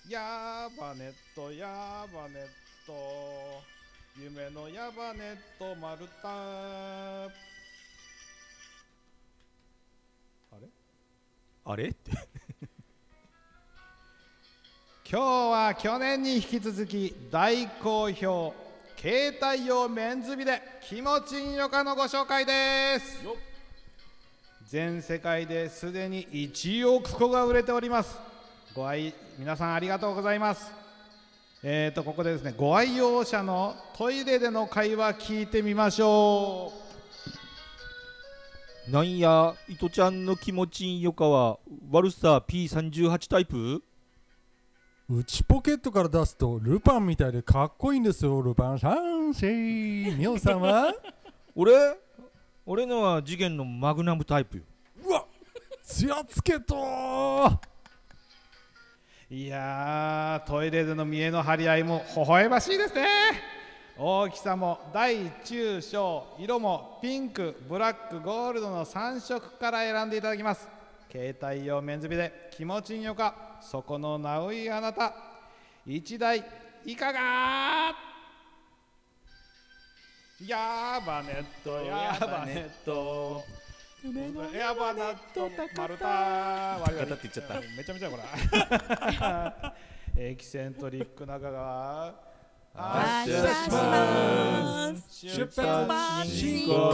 ヤバネットヤバネット夢のヤバネット丸太。 あれって今日は去年に引き続き大好評携帯用メンズビデ気持ちいいよかのご紹介です。全世界ですでに1億個が売れております。ご愛皆さんありがとうございます。ここでですね、ご愛用者のトイレでの会話聞いてみましょう。なんや、いとちゃんの気持ちいいよかは悪さ P38 タイプ？ 内ポケットから出すとルパンみたいでかっこいいんですよ。ルパン三世。みおさんは俺のは次元のマグナムタイプよ。 うわ、ツヤつけとー。 いやー、トイレでの見栄の張り合いも微笑ましいですね。大きさも大中小、色もピンク、ブラック、ゴールドの3色から選んでいただきます。携帯用メンズビデ気持ちいいよか、そこのナウイあなた1台いかが？ヤバネットヤバネットヤバネット丸太割りって言っちゃった。 めちゃめちゃこれエキセントリック中川発車します。 出発進行。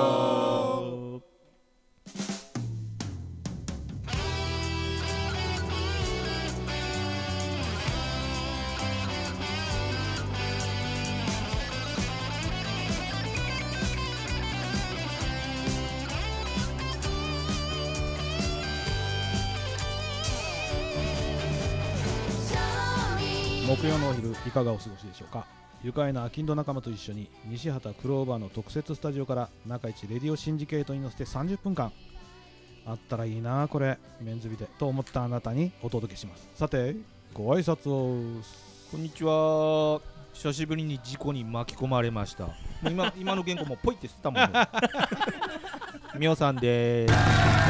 木曜のお昼いかがお過ごしでしょうか。愉快なアキンド仲間と一緒に西畑クローバーの特設スタジオから中市レディオシンジケートに乗せて30分間あったらいいなこれメンズビデと思ったあなたにお届けします。さてご挨拶を。 こんにちは。久しぶりに事故に巻き込まれました。もう今の原稿もポイって捨てたもんねみおさんでーす。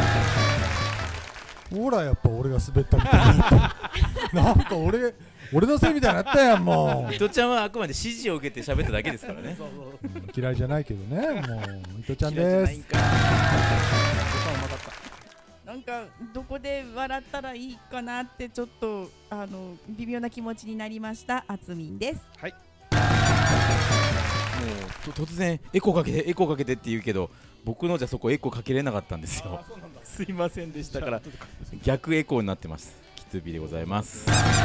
ほらやっぱ俺が滑ったみたいになってなんか俺のせいみたいになったやん。もう伊藤ちゃんはあくまで指示を受けて喋っただけですからね。 嫌いじゃないけどね。もう伊藤ちゃんです。 なんかどこで笑ったらいいかなってちょっと微妙な気持ちになりました。あつみんです。 はい。 もう突然エコーかけてエコーかけてって言うけど、僕のじゃそこエコーかけれなかったんですよ。すいませんでしたから逆エコーになってます。キツビでございます。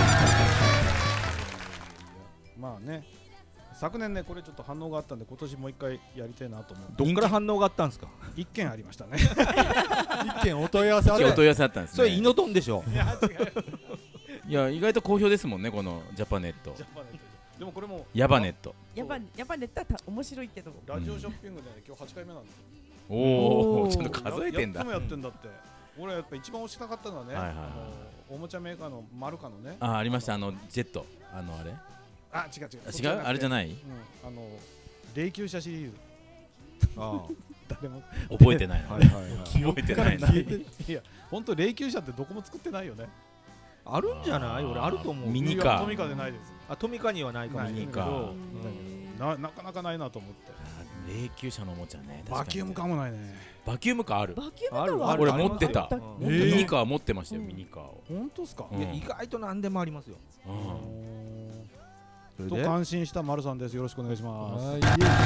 まあね、昨年ねこれちょっと反応があったんで今年もう一回やりたいなと思って。 どっから反応があったんですか？ 一件ありましたね一件お問い合わせあった。 お問い合わせあったんですね。 それイノトンでしょ。 いや違ういや意外と好評ですもんね、このジャパネット。 でもこれもヤバネット。 やっぱネタったら面白いけど。 ラジオショッピングで、ね、今日8回目なんですよ。 おお、ちょっと数えてんだ。 8つもやってんだって。俺やっぱ一番推したかったのはね、おもちゃメーカーのマルカのね。 ありました。ジェットあれ。 あ違う違う、あれじゃない。 霊柩車シリーズ。 ああ誰も覚えてないの。覚えてないの。 いや本当霊柩車ってどこも作ってないよね。 あるんじゃない？俺あると思う。 ミニカー。 トミカでないです。 あ、トミカにはないかもしれないけど、 なかなかないなと思って。 霊柩車のおもちゃね。 バキュームカーもないね。 バキュームカーある。 バキュームカーは俺持ってた。ミニカー持ってましたよ、ミニカーを。 本当ですか？ 意外と何でもありますよ。 と感心した丸さんです。よろしくお願いします。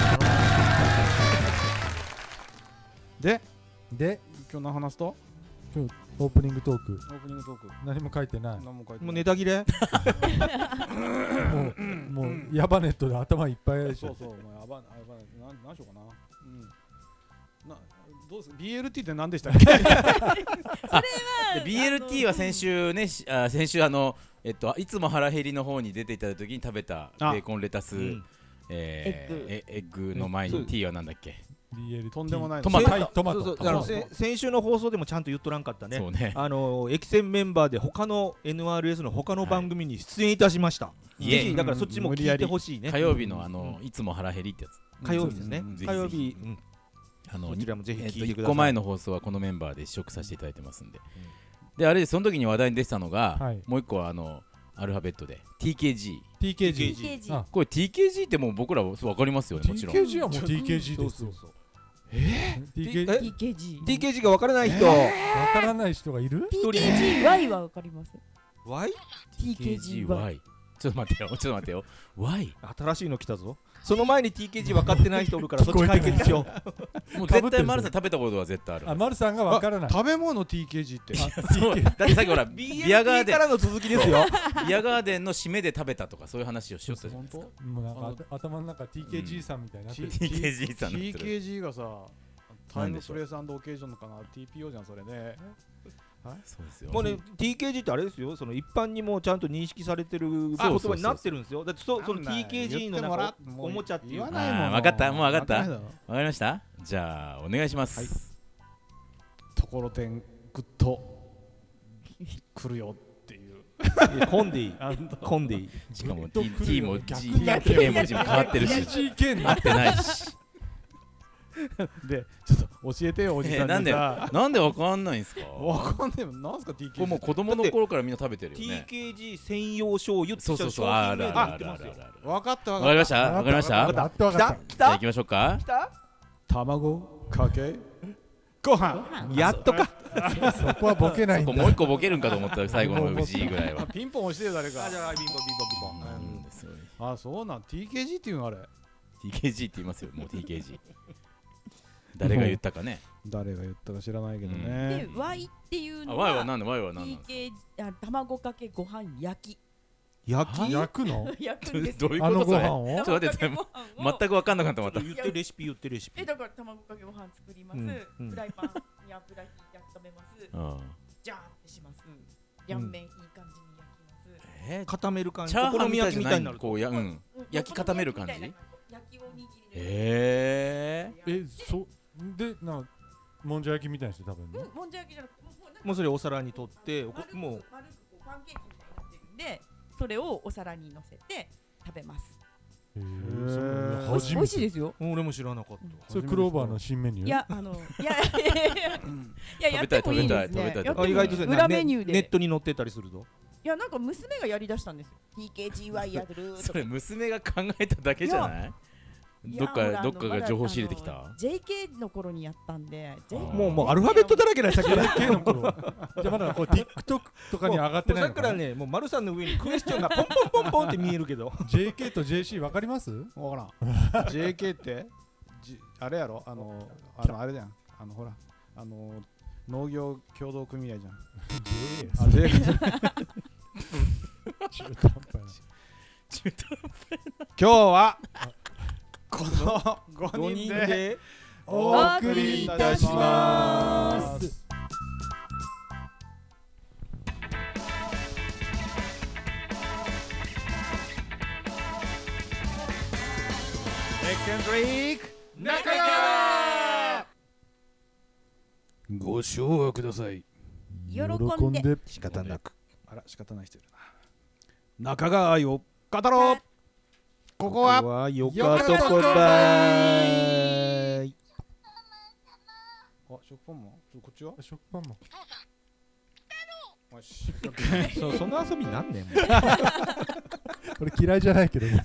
で今日何話すと？ 今日オープニングトーク何も書いてない。 もうネタ切れもうヤバネットで頭いっぱいでしょ。 そうヤバネット何しようかな。どうですか BLT って何でしたっけ？それは BLT は先週ね、先週いつも腹減りの方に出ていただいた時に食べたベーコンレタスエッグの前に T はなんだっけ？ とんでもないトマト。 先週の放送でもちゃんと言っとらんかったね。 そうね。 エキセンメンバーで他の NRS の他の番組に出演いたしました。ぜひだからそっちも聞いてほしいね。 火曜日のいつも腹減りってやつ。 火曜日ですね。火曜日こちらもぜひ聞いてください。 1個前の放送はこのメンバーで試食させていただいてますんで。であれその時に話題に出てたのがもう一個アルファベットで TKG。 TKG あこれ TKG ってもう僕ら分かりますよね、もちろん。 TKG はもう TKG ですよ。TKG TKG が分からない人、 わからない人がいる？ TKGY はわかります。 Y？ TKGY ちょっと待ってよ、ちょっと待ってよ。Y？ 新しいの来たぞ。その前に TKG 分かってない人おるからそっち解決しよもう絶対丸さん食べたことは絶対ある。 あ、丸さんがわからない。 食べ物 TKG ってそうだってさっきほらう。 ビアガーデからの続きですよ。 ンビアガーデンの締めで食べたとかそういう話をしようと本当もうなんか頭の中 TKG さんみたいになってる。 TKG さんになってる。 TKG がさタイムプレイス&オケージョンのかな TPO じゃんそれね。 そうですよ。 もうね TKG ってあれですよ、その一般にもちゃんと認識されてる言葉になってるんですよ。だってその TKG のなんかおもちゃっていう言わないもん。 分かった、もう分かったわないだろわかりました。じゃあお願いします。 はいところてんグッと来るよっていうコンディコンディしかもグ T ッと来るよ T も逆 G にやってる K 文字も変わってるし TKG に合ってないし。 でちょっと教えてよおじさんなんでにさなんでわかんないんすか。 わかんねえもんなんすか TKG これもう子供の頃からみんな食べてるよね。 TKG 専用醤油ってそうそうそう、 商あ品名でるあるある売ってますよ。 あるある。 わかったわわかりましかったわかりました。 わかったわかった。 来たじゃあ行きましょうか。 来た卵かけご飯やっとか。 そこはボケないんだ。 ここもう一個ボケるんかと思ったら最後の藤井ぐらいは。 ピンポン押してよ誰かあ、じゃあビンポンビンポンビンポン。 なんですよね。 あそうなん TKG っていうのあれ TKG って言いますよ、もう TKG。誰が言ったかね。 誰が言ったか知らないけどでね Y っていうあ、 の Y はは何だ Y は何なん TK あ卵かけご飯焼き焼き焼くの？ 焼くんですどういうあのことそれ。 ご飯を？ ちょっと待って、 卵かけご飯を全く分かんなかったまた。 言ってレシピ言ってレシピ。 だから卵かけご飯作ります、 うんフライパンに油ひいて温めますうんジャーってします両面いい感じに焼きます、 固める感じ。 チャーハンみたいじゃないの。 お好み焼きみたいになる。 こうや、うん。 うん焼き固める感じ。 焼きおにぎりでえでもんじゃ焼きみたいにして食べるの？ もんじゃ焼きじゃなくてもうそれお皿に取って丸くもう丸くこうパンケーキみたいになってるんでそれをお皿に乗せて食べますへーそれ美味初めて。 しいですよ俺も知らなかった。 それクローバーの新メニュー？ いやいややってもいいですね食べたいやってもいいあ、意外とそれ裏メニューでネットに載ってたりするぞ。 いやなんか娘がやりだしたんですよ TKGY やるとかそれ娘が考えただけじゃない。どっかが情報仕入れてきた。 JK の頃にやったんでもうアルファベットだらけだよさっきから。 JK の頃。じゃあまだこう TikTok とかに上がってないさっのかな？ きからね、もう丸さんの上にクエスチョンがポンポンポンポンって見えるけど。 JK と JC わかります？ わからん JK ってあれやろあれじゃんほら農業協同組合じゃんあ JK 中途半端な。 今日はこの5 5 人で人でお送りいたします。 エキセントリック中川ご唱和ください。 喜んで仕方なく。 あら仕方ない人いるな。中川愛を語ろう。ここはよかとこばい。 あ食パンマンこっちは食パンマン。 よしその遊びなんねん。 これ嫌いじゃないけどね。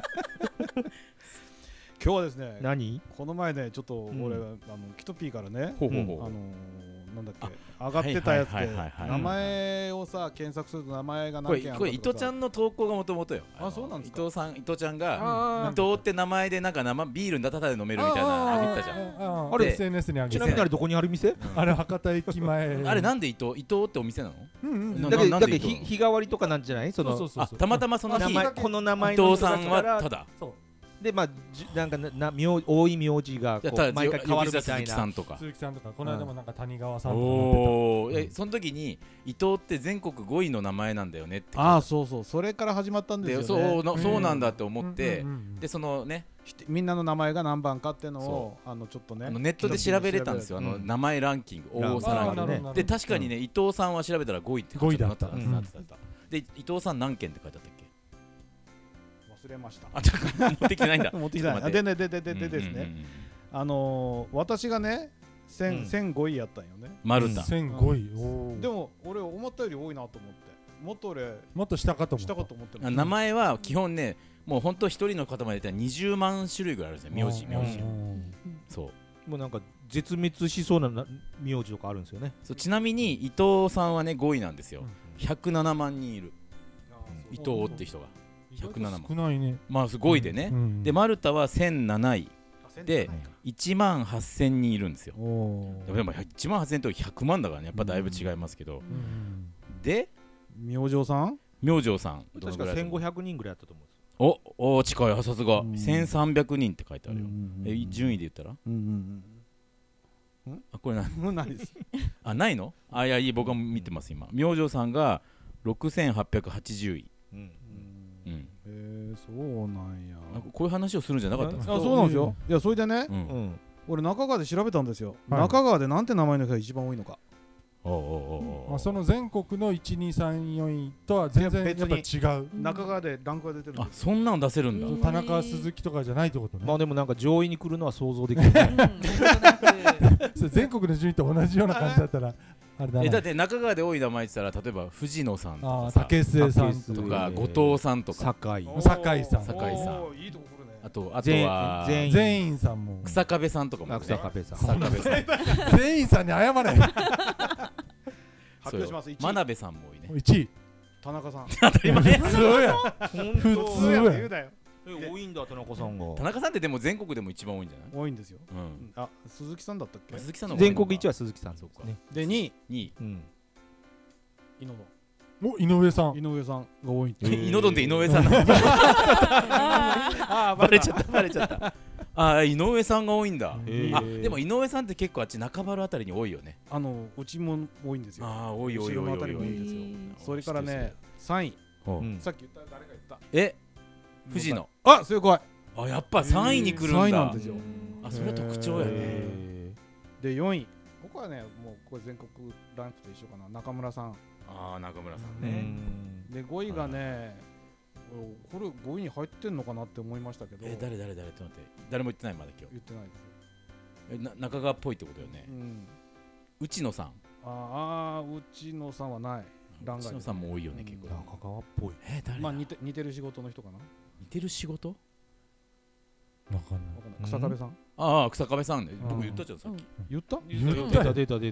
今日はですね何？ この前ねちょっと俺キトピーからねほうほうほう。 なんだっけ上がってたやつではいはいはいはい名前をさ検索すると名前が何件あるこれ伊藤ちゃんの投稿がもともとよ。 あそうなんですか伊藤ちゃんがあ伊藤って名前でなんかビールにタダで飲めるみたいな言ったじゃん。 あれで SNS に上げてちなみにあれどこにある店？ あれ博多駅前。 あれなんで伊藤ってお店なの？ だけどなんで伊藤日替わりとかなんじゃない？そのあたまたまその日伊名前この名前の藤さん人たちからはただ。 でなんか多い名字がこう毎回変わるみた鈴いな。 木さんとか。 鈴木さんとかこの間もなんか谷川さんとかおお。その時に伊藤って全国5位の名前なんだよねって。 ああそうそうそれから始まったんですよねそうなんだって思ってうんでそのねみんなの名前が何番かっていうのをちょっとねネットで調べれたんですよ名前ランキング大さランキングで確かにね伊藤さんは調べたら5位って 5位だったで伊藤さん何件って書いてあったっけ？ 忘れましたあ、持ってきてないんだ。 持ってきてないでですね私がね1005位やったんよね丸太。 1005位。 でも俺思ったより多いなと思ってもっと俺もっと下かと思ったしたかと思ってる。 名前は基本ねもうほんと一人の方まで言ったら20万種類ぐらいあるんですよ名字そうもうなんか絶滅しそうな名字とかあるんですよね。 そうちなみに伊藤さんはね5位なんですよ107万人いる伊藤って人が107万少ないね。 まあ5位でねでマルタは1007位で1万8000人いるんですよでも1万8000と100万だからねやっぱだいぶ違いますけどで明星さん明星さん確か1500人ぐらいあったと思うんです。 お近いさすが1300人って書いてあるよ順位で言ったらあこれないです。 あないのあいやいい僕は見てます今明星さんが6880位そうなんや。 なんかこういう話をするんじゃなかったんですかそうなんですよ。いやそれでねうん俺中川で調べたんですよ。 はい中川でなんて名前の人が一番多いのか。 その全国の1、2、3、4位とは全然やっぱ違う。 中川でランクが出てるんあです。 そんなの出せるんだ田中鈴木とかじゃないってことね。 まあでもなんか上位に来るのは想像できるね。 それ全国の順位と同じような感じだったらあれだな。 だって中川で多い名前って言ったら例えば藤野さんとかさ竹末さんとか後藤さんとか酒井酒井さん酒井さんおーいいとこ来るね。 あとは全員さんも草壁さんとかもね草壁さん草壁さん全員さんに謝れ。 発表します。 真鍋さんも多いね 1位。 田中さん。 当たり前普通や。普通言や。 うだよ。 多いんだ田中さんが田中さんってでも全国でも一番多いんじゃない多いんですよ。 うんあ鈴木さんだったっけ。 鈴木さんの全国一は鈴木さんですね。 で2位 2位井野お井上さん。 井上さんが多いって。 井野丼って井上さんなんだバレちゃったあ井上さんが多いんだあでも井上さんって結構あっち中原あたりに多いよねうちも多いんですよ。 あ多い多い後ろのあた多い多いりも多いんですよ。それからね3位さっき言った誰が言った。 藤野あ正解。 あやっぱ3位に来るんだ 3位なんですよ。 あそれは特徴やねで4位ここはねもうこれ全国ランクと一緒かな。中村さんあ中村さんねで5位がねこれ5位に入ってんのかなって思いましたけど誰ちょっと待って誰も言ってないまだ今言ってないですよ。 日中川っぽいってことよね内野さん内野さんはない。 内野さんも多いよね結構中川っぽい。 誰まあ似てる仕事の人かな。 似てる仕事わかんない。 わかんない草壁さん。 ああ草壁さんね僕言ったじゃんさっき言った出た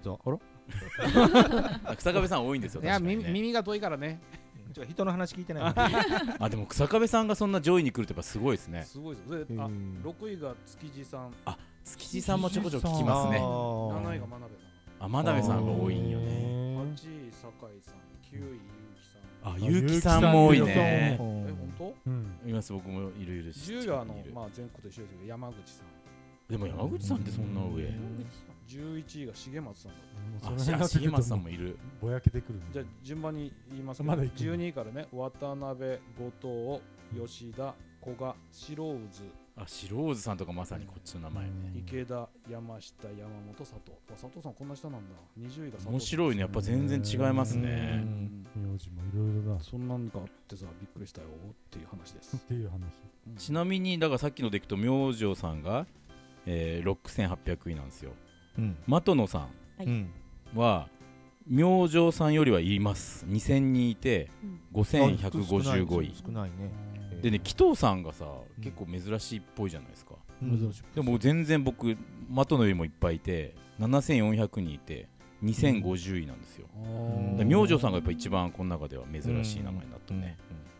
草壁さん多いんですよいや確かにね耳が遠いからね。 人の話聞いてない。 あでも草壁さんがそんな上位に来るってやっぱすごいですねすごいですよ。で6位が築地さん。 築地さんもちょこちょこ聞きますね 7位が真鍋さん。 真鍋さんが多いんよね 8位酒井さん。9位結城さんも多いね本当？ います僕もいるし 10位はまあ全国と一緒ですけど山口さん。 でも山口さんってそんな上 11位が重松さんだ重松さんもいるぼやけてくる。 じゃあ順番に言いますけど12位からね渡辺後藤吉田古賀白渦白渦さんとかまさにこっちの名前ね池田山下山本佐藤佐藤さんこんな下なんだ。20位が佐藤。 面白いねやっぱ全然違いますね名字もいろいろだそんなんがあってさびっくりしたよっていう話ですっていう話。 ちなみにだからさっきのでいくと明星さんが6800位なんですよ的野さんは明星さんよりはいます2000人いて5155位少ないね。 でね紀藤さんがさ結構珍しいっぽいじゃないですかでも全然僕的野よりもいっぱいいて7400人いて2050位なんですよ明星さんがやっぱ一番この中では珍しい名前になったね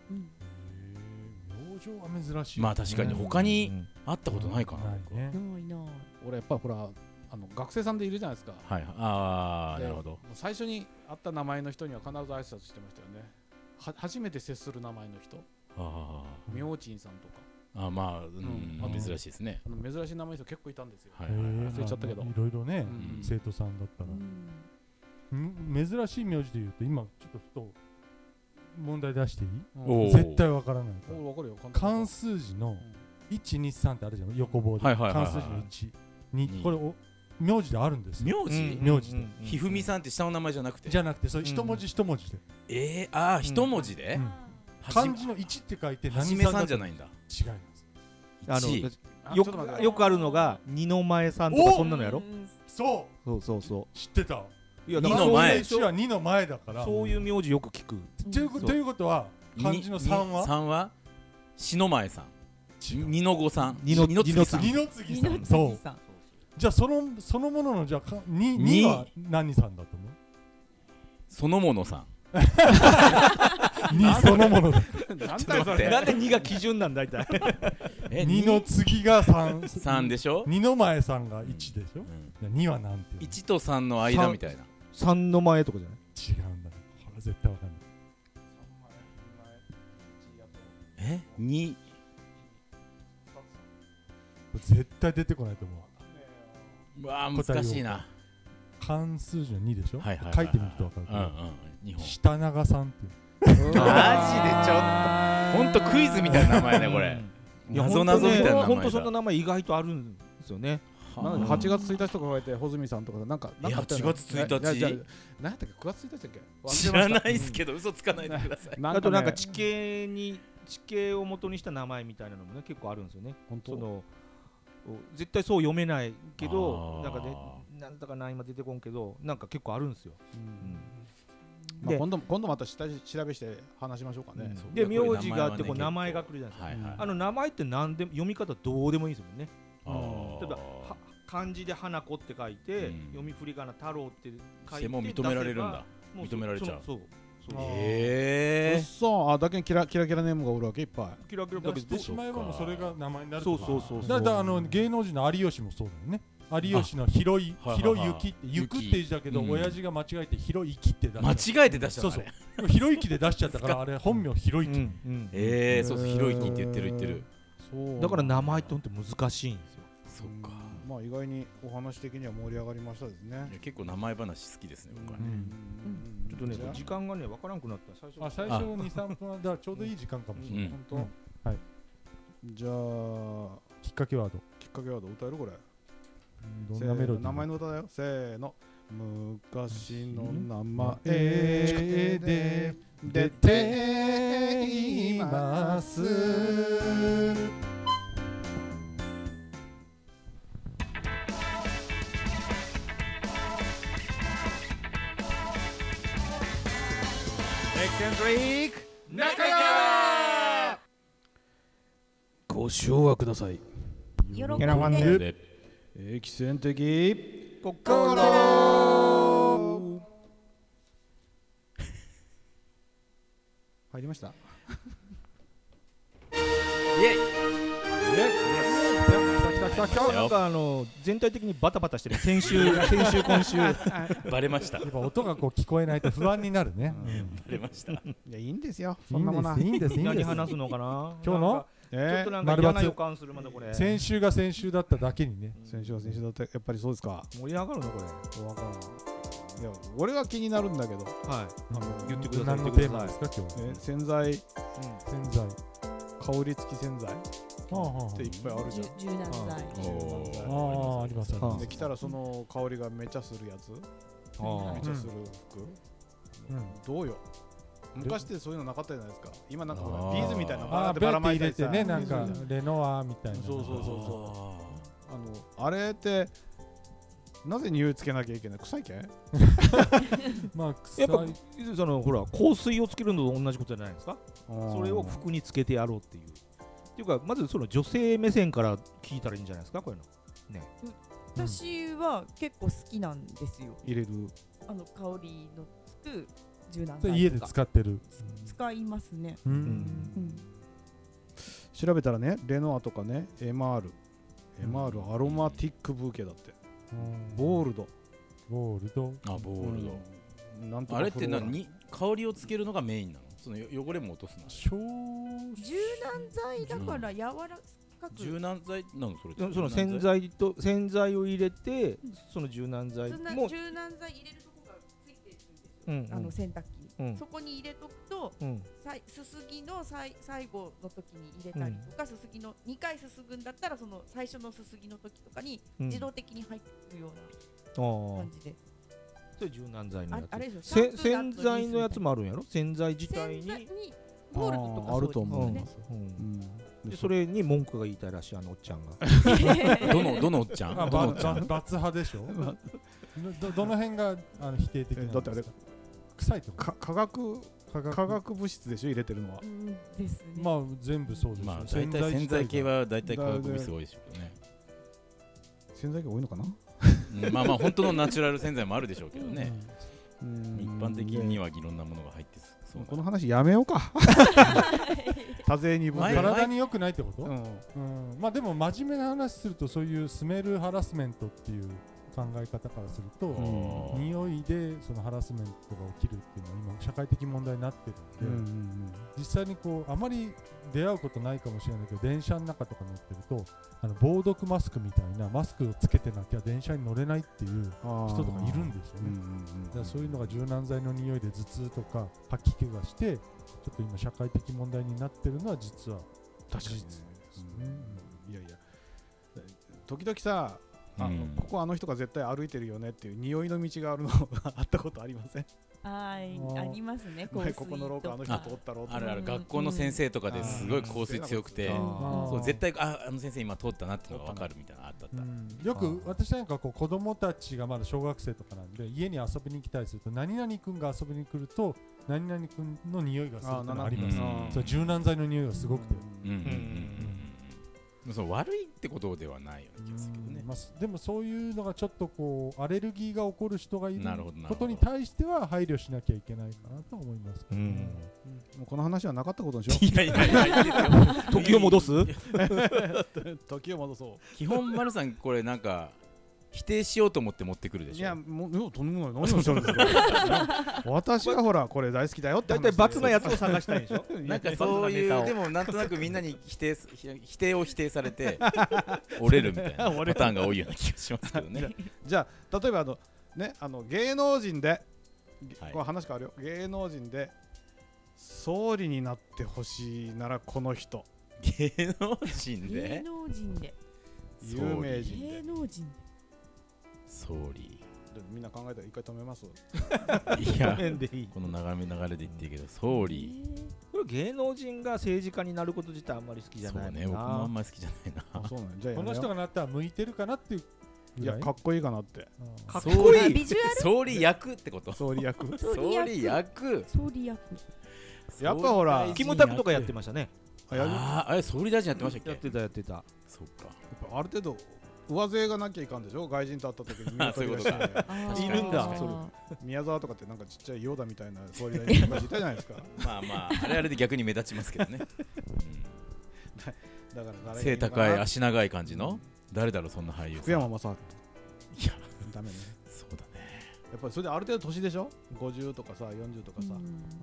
明星は珍しい。 まあ確かに他に会ったことないかな俺やっぱほら学生さんでいるじゃないですか。 はいああなるほど最初に会った名前の人には必ず挨拶してましたよね。初めて接する名前の人明珍さんとかまあ珍しいですね珍しい名前の人結構いたんですよ。 忘れちゃったけどいろいろね生徒さんだったら珍しい名字で言うと今ちょっとふと問題出していい？絶対わからないからわかるよ。 漢数字の123ってあるじゃん横棒で漢数字の1これ名字であるんですよ。名字でひふみさんって下の名前じゃなくてそれ一文字一文字で一文字で漢字の1って書いてはじめさんじゃないんだ違います。 よくあるのが二の前さんとかそんなのやろ。 そう知ってた。 いや 2の前うちは2の前だからそういう名字よく聞く。 ということは漢字の3は 3は篠前さん、二の子さん、 二の次さん、 二の次さん。 二のそう次さん。 じゃあそのもののじゃあ2は何さんだと思う？ そのものさん。 2そのものだ。 なんだよそれ。 なんで2が基準なんだいたい。 2の次が 3でしょ。 2の前さんが1でしょ。2はなんていうの 1と3の間みたいな。 3の前とかじゃない？ 違うんだ。これ絶対わかんない。 2 絶対出てこないと思う。 うわー難しいな。 漢数字の2でしょ。 はいはいはいはい書いてみるとわかるけど、 日本下長さんっていうマジでちょっとほんとクイズみたいな名前ねこれ。謎謎みたいな名前だ。 ほんとそんな名前意外とあるんですよね。 なんか8月1日とか書いて穂積さんとかなんかあったよね。 8月1日何やったっけ9月1日だっけ？ 知らないですけど嘘つかないでください。 あとなんか地形を元にした名前みたいなのもね結構あるんですよね。 本当。 その絶対そう読めないけどなんかねなんだかな今出てこんけどなんか結構あるんですよ。 まあ今度また下調べして話しましょうかね。 で名字があってこう名前が来るじゃないですか。あの名前って何でも読み方どうでもいいですもんね。例えば漢字で花子って書いて読み振り仮名太郎って書いてもう認められるんだ。認められちゃう。 そう。 そうだけにキラキラネームがおるわけいっぱい。 キラキラ出してしまえばもうそれが名前になる。 そう。 だから芸能人の有吉もそうだよね。有吉の広い雪って雪って字だけど親父が間違えて広い雪って出した。 間違えて出した。 そう広い木で出しちゃったからあれ本名広い木。 そう広い木って言ってる。 だから名前って本当難しいんですよ。 そっか。 まあ意外にお話的には盛り上がりましたですね。 結構名前話好きですね僕はね。 ちょっとね時間がねわからんくなった最初の 2,3 分はだからちょうどいい時間かもしれない。 本当。はい。じゃあきっかけワード歌えるこれ。 どんなメロディー？ 名前の歌だよ。せーの。昔の名前で出ています。エキセントリック中川。ご唱和ください。 喜んでエキセン的心。 入りました。 イエイ。 なんか全体的にバタバタしてる。先週今週バレました。 やっぱ音がこう聞こえないと不安になるね。 バレました。 いやいいんですよ。 そんなものいいんです。 何話すのかな。 今日のちょっとなんか嫌な予感するまだこれ。 先週が先週だっただけにね。 先週だってやっぱりそうですか。 盛り上がるのこれ。 わからん。いや俺は気になるんだけど。 はい。言ってください。 何のテーマですか今日？ 洗剤。香り付き洗剤。っていっぱいあるじゃん。 柔軟剤。 あります。 で来たらその香りがめちゃするやつ。めちゃする服。どうよ。昔ってそういうのなかったじゃないですか。今なんかビーズみたいなバラ巻いててね、なんかレノアみたいな。 そうあれってなぜ匂いつけなきゃいけない？臭いけ？ まあやっぱそのほら香水をつけるのと同じことじゃないですか。それを服につけてやろうっていう。っていうかまずその女性目線から聞いたらいいんじゃないですかこういうの。ね。 私は結構好きなんですよ。 入れる。 香りのつく柔軟剤とか。 家で使ってる。 使いますね。 調べたらね、レノアとかね、エマールアロマティックブーケだって。ボールド。 ボールド。あれって何？香りをつけるのがメインなの？その汚れも落とすの？ 柔軟剤だから柔らかく。 柔軟剤なのそれ？ その洗剤を入れてその柔軟剤も柔軟剤入れるとこがついてるんですよ。洗濯機にそこに入れとくとすすぎの最後の時に入れたりとか、すすぎの2回すすぐんだったらその最初のすすぎの時とかに自動的に入ってくるような感じで。 それ柔軟剤のやつ。 洗剤のやつもあるんやろ？洗剤自体にゴールドとかあると思います。 でそれに文句が言いたいらしいおっちゃんが。 どのおっちゃん？ バツ派でしょ？ どの辺が否定的なんですか？ だってあれ臭いとか化学物質でしょ入れてるのは。 ですね。 まあ全部そうです。 まあ大体洗剤系は大体化学物質が多いでしょうけどね。 洗剤が多いのかな。 まあまあ本当のナチュラル洗剤もあるでしょうけどね。一般的にはいろんなものが入ってそう。 この話やめようか。多勢に体に良くないってこと？まあでも真面目な話するとそういうスメルハラスメントっていう考え方からすると、匂いでそのハラスメントが起きるっていうのは今社会的問題になってるので、実際にこうあまり出会うことないかもしれないけど、電車の中とか乗ってると防毒マスクみたいなマスクをつけてなきゃ電車に乗れないっていう人とかいるんですよね。だからそういうのが柔軟剤の匂いで頭痛とか吐き気がしてちょっと今社会的問題になってるのは実は確かにね。いやいや時々さ、ここあの人が絶対歩いてるよねっていう匂いの道があるのあったことありません？ ありますね。 ここの廊下あの人通ったろうと。 あるある。学校の先生とかですごい香水強くて、そう絶対あの先生今通ったなってのが分かるみたいなあった。 よく私なんかこう子供たちがまだ小学生とかなんで家に遊びに来たりすると何々君が遊びに来ると何々君の匂いがするってのがあります。それ柔軟剤の匂いがすごくて。 悪いってことではないような気がするけどね。 でもそういうのがちょっとこうアレルギーが起こる人がいることに対しては配慮しなきゃいけないかなと思いますけど、もうこの話はなかったことにしよう。 いやいやいやいいですよ。 時を戻す？ 時を戻そう。 基本丸さんこれなんか否定しようと思って持ってくるでしょ。 いやもうとんでもない。何をおっしゃるんですか。私がほらこれ大好きだよって。 大体罰のやつを探したいでしょ。 なんかそういうでもなんとなくみんなに否定を否定されて折れるみたいなパターンが多いような気がしますけどね。 じゃあ例えば芸能人でこれ話変わるよ。芸能人で総理になってほしいならこの人。 芸能人で？ 芸能人で。 有名人で。 芸能人で。 総理みんな考えたら一回止めます。 いやこの流れで言っていいけど総理これ芸能人が政治家になること自体あんまり好きじゃない。 そうね、僕もあんまり好きじゃないな。 そうなんじゃこの人がなったら向いてるかなっていう。 いやかっこいいかなって。 かっこいい。 ビジュアル？ 総理役ってこと？ 総理役。 総理役。 やっぱほらキムタクとかやってましたね。 あれ総理大臣やってましたっけ？ やってた。 そうか。 ある程度上背がなきゃいかんでしょ。外人と会った時にそういうことか。 いるんだ。 宮沢とかってなんかちっちゃいヨーダみたいな総理大臣とかいたじゃないですか。 まああれで逆に目立ちますけどね。 だから背高い足長い感じの誰だろうそんな俳優。 福山雅治。 いやダメね。 そうだね。 やっぱりそれである程度年でしょ。50とかさ40とかさ。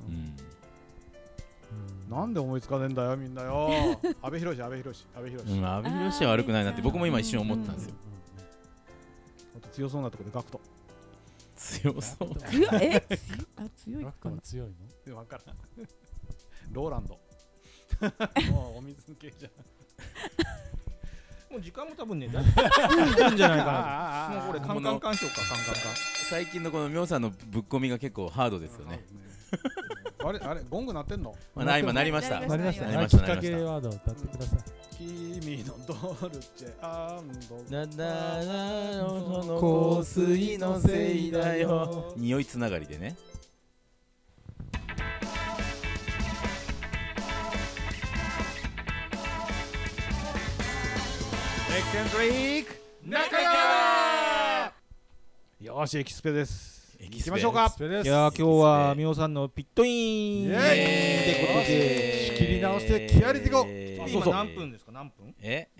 なんで思いつかねえんだよみんなよ。阿部寛。阿部寛は悪くないなって僕も今一瞬思ったんですよ。 強そうなところでガクト。 強そう。 強いかな。 強いの？分からん。ローランド。もうお水系じゃん。 もう時間も多分ね、だってるんじゃないかな。もうこれカンカンカンしようか。カンカンカン。 最近のこのミョウさんのぶっ込みが結構ハードですよね。 あれゴング鳴ってんの？ 今なりました。 なりました。きっかけワードを歌ってください。 君のドルチェ &その香水のせいだよ。匂いつながりでね。 エキセントリック中川。よしエキスペです。行きましょうか。 いや今日はみおさんのピットインってことで仕切り直して気合い入れていこう。 今何分ですか？何分？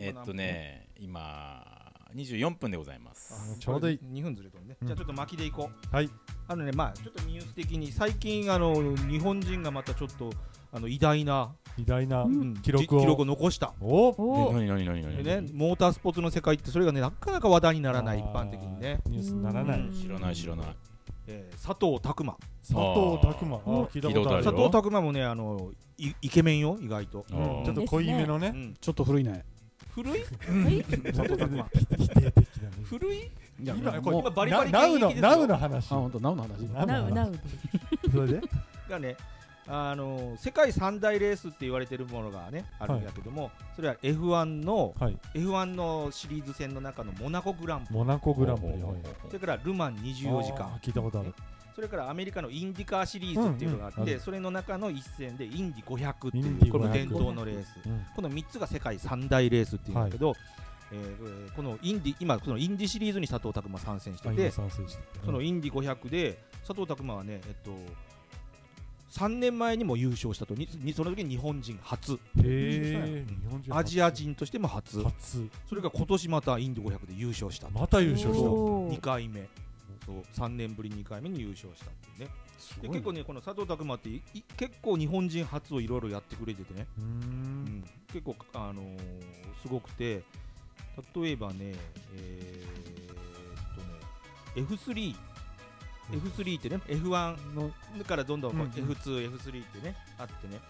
今24分でございます。 ちょうどいい。 2分ずれとね。じゃあちょっと巻きでいこう。はい。 まあちょっとニュース的に最近日本人がまたちょっと偉大な記録を残した。 何ね、モータースポーツの世界ってそれがねなかなか話題にならない一般的にね。 ニュースにならない。 知らない。 佐藤拓磨。 聞いたことあるよ。 佐藤拓磨もねイケメンよ意外と。 ちょっと濃いめのね。 ちょっと古いね。 古い？ 佐藤拓磨。 否定的だね。 古い？ 今バリバリナウの話。 本当ナウの話。 ナウ。 それで？ がね世界三大レースって言われてるものがねあるんだけども、それは F1 のシリーズ戦の中のモナコグランプリ、それからルマン24時間、 聞いたことある。 それからアメリカのインディカーシリーズっていうのがあって、それの中の一戦でインディ500っていうこの伝統のレース、この3つが世界三大レースっていうんだけど、このインディシリーズに佐藤拓磨参戦してて、そのインディ500で佐藤拓磨はね、3年前にも優勝したと、その時に日本人初、アジア人としても初、それが今年またインディ500で優勝した、 また優勝した、 2回目、そう3年ぶり2回目に優勝したっていうね。で結構ね、この佐藤拓磨って結構日本人初をいろいろやってくれててね、結構すごくて、例えばね、F3 ってね、F1 のからどんどん F2、F3 ってねあってね、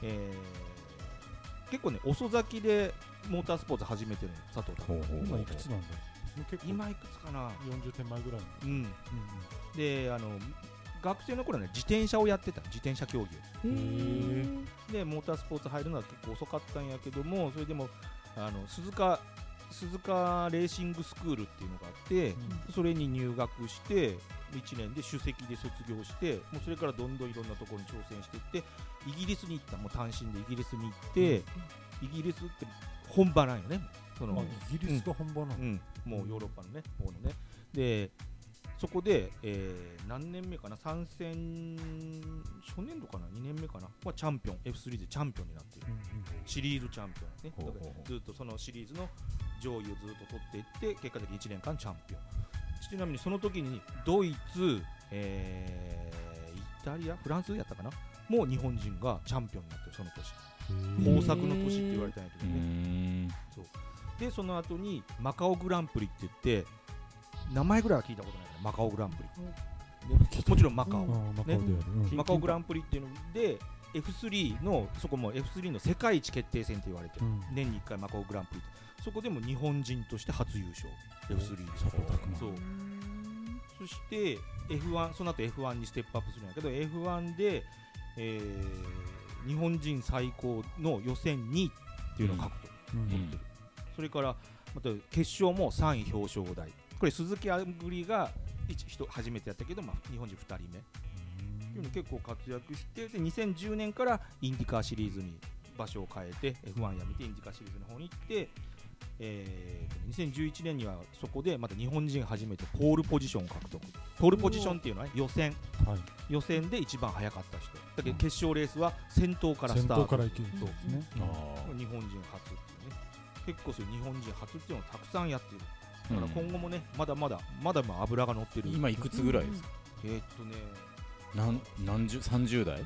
結構ね遅咲きでモータースポーツ始めてるの佐藤拓磨。 今いくつなんだ。 今いくつかな。 40点前ぐらい。 で学生の頃はね自転車をやってた、自転車競技を。でモータースポーツ入るのは結構遅かったんやけども、それでも鈴鹿レーシングスクールっていうのがあって、それに入学して1年で首席で卒業して、もうそれからどんどんいろんなところに挑戦していって、イギリスに行った、もう単身でイギリスに行って、イギリスって本場なんよね。 イギリスが本場なの、 もうヨーロッパのね方のね。でそこで、何年目かな、参戦初年度かな、2年目かなはチャンピオン、 F3 でチャンピオンになっている、シリーズチャンピオンね。だからずっとそのシリーズの上位をずっと取っていって、結果的に1年間チャンピオン。ちなみにその時にドイツ、イタリア、フランスやったかな、もう日本人がチャンピオンになってる、その年。豊作の年って言われたんやけどね。そうでその後にマカオグランプリって言って、名前ぐらいは聞いたことないから、マカオグランプリ、もちろんマカオ、マカオグランプリっていうので F3 の、そこも F3 の世界一決定戦って言われてる、年に1回マカオグランプリ、そこでも日本人として初優勝、 F3 で。そうそして F1、その後 F1 にステップアップするんやけど、 F1 で、日本人最高の予選2位っていうのを獲得、取ってる。それからまた決勝も3位表彰台、これ鈴木あぐりが初めてやったけど、日本人2人目っていうの結構活躍して、で2010年からインディカーシリーズに場所を変えて F1 やめてインディカーシリーズの方に行って、2011年にはそこでまた日本人初めてポールポジションを獲得。ポールポジションっていうのは予選で一番早かった人だけど、決勝レースは先頭からスタート、 先頭から行けるんですね。 日本人初っていうね、結構そういう日本人初っていうのをたくさんやってる。だから今後もね、まだまだ油が乗ってる。 今いくつぐらいですか。30代、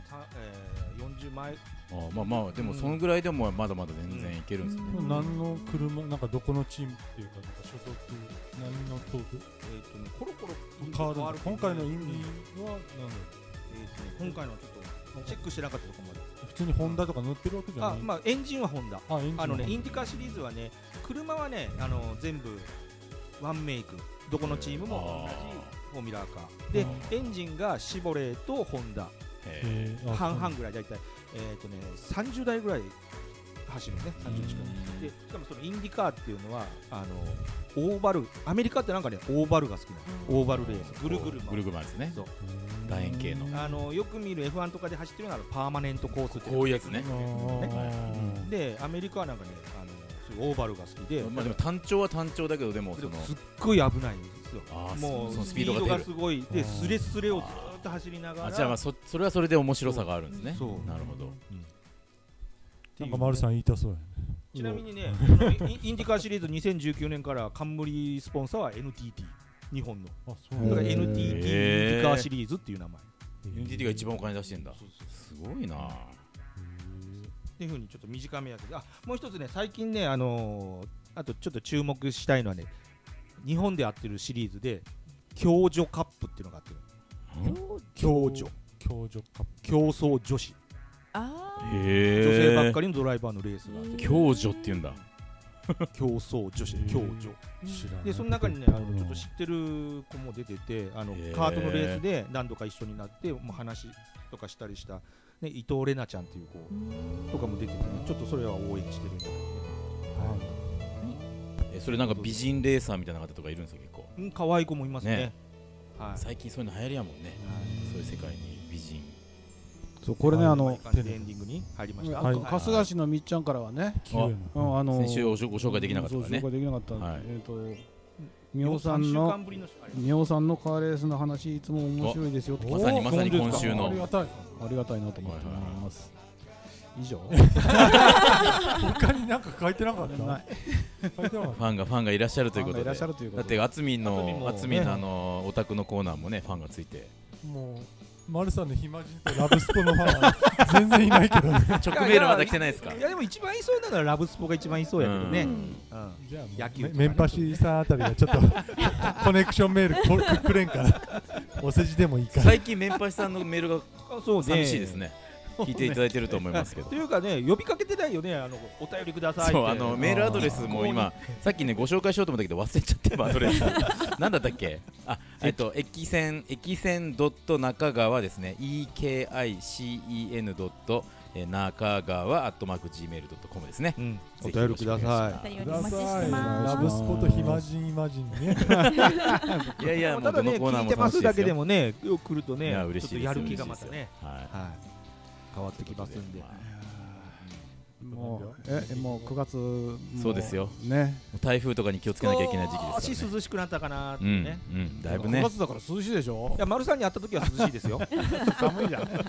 40前。 まあでもそのぐらいでもまだまだ全然いけるんですね。 何の車、なんかどこのチームっていうか、所属何のトーク、 コロコロ変わる。今回のインディは何だろう。 今回のちょっとチェックしてなかったところまで。 普通にホンダとか乗ってるわけじゃない。 エンジンはホンダ。インディカーシリーズはね、車はね、全部ワンメイク、どこのチームも同じフォーミュラーカーで、エンジンがシボレーとホンダ半々ぐらい、だいたい30台ぐらい走るね、30近くで。しかもそのインディカーっていうのはオーバル、アメリカってなんかねオーバルが好きなの。オーバルレース、ぐるぐる回るですね。 そう、 楕円形のよく見る F1 とかで走ってるのはパーマネントコースってこういうやつね。 でアメリカはなんかねそういうオーバルが好きで、 でも単調は単調だけど、でもすっごい危ないんですよ。もうスピードがすごいで、スレスレをずっと走りながら。 じゃあそれはそれで面白さがあるんですね。なるほど。 なんか丸さん言いたそうやね。 ちなみにね、インディカーシリーズ2019年から冠スポンサーは NTT、 日本の。だから NTT インディカーシリーズっていう名前。 NTT が一番お金出してんだ。すごいな。 っていう風にちょっと短めやけど、もう一つね、最近ね、あとちょっと注目したいのはね、日本でやってるシリーズで共助カップっていうのがあってる。共助カップ、競争女子。女性ばっかりのドライバーのレースがあって、 共助っていうんだ。 競争女子競女でその中にねちょっと知ってる子も出ててカートのレースで何度か一緒になってもう話とかしたりした、ね、伊藤玲奈ちゃんっていう子とかも出ててねちょっとそれは応援してるんじゃないかな。 それなんか美人レーサーみたいな方とかいるんですよ結構。 可愛い子もいますね。 最近そういうの流行りやもんね。そういう世界に美人。 そうこれねエンディングに入りました。 春日市のみっちゃんからはね先週ご紹介できなかったからね。 紹介できなかった。みおさんのカーレースの話いつも面白いですよ。 まさに今週のありがたいなと思ってます。以上。 他に何か書いてなかった。ファンがいらっしゃるということで。だってあつみんのオタクのコーナーもねファンがついて。 もう丸さんの暇人とラブスポのファンは全然いないけどね。 直メールまだ来てないですか。 いやでも一番いそうなのはラブスポが一番いそうやけどね。 じゃあ野球メンパシさんあたりがちょっとコネクションメールくれんからお世辞でもいいから。 最近メンパシさんのメールが寂しいですね。聞いていただいてると思いますけど。 というかね呼びかけてないよねお便りくださいって。 そうメールアドレスも今さっきねご紹介しようと思ったけど忘れちゃってアドレスなんだったっけ。駅線中川ですね ekicen. 中川@gmail.com ですね。 お便りください。ラブスポと暇人イマジンね。 いやいやただね聞いてますだけでもね来るとね嬉しいです。 やる気がまたね変わってきますんで。 もう9月そうですよね。 台風とかに気をつけなきゃいけない時期ですからね。 少し涼しくなったかなってね。 だいぶね。 9月だから涼しいでしょ。 いや丸さんに会った時は涼しいですよ。 寒いじゃん。い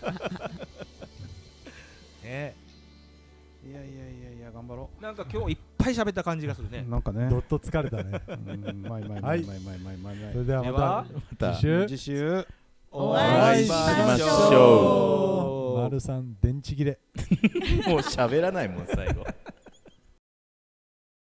や頑張ろう。なんか今日いっぱい喋った感じがするね。 なんかね。 どっと疲れたね。 はい。 それではまた次週お会いしましょう。 丸さん電池切れ。 もう喋らないもん最後。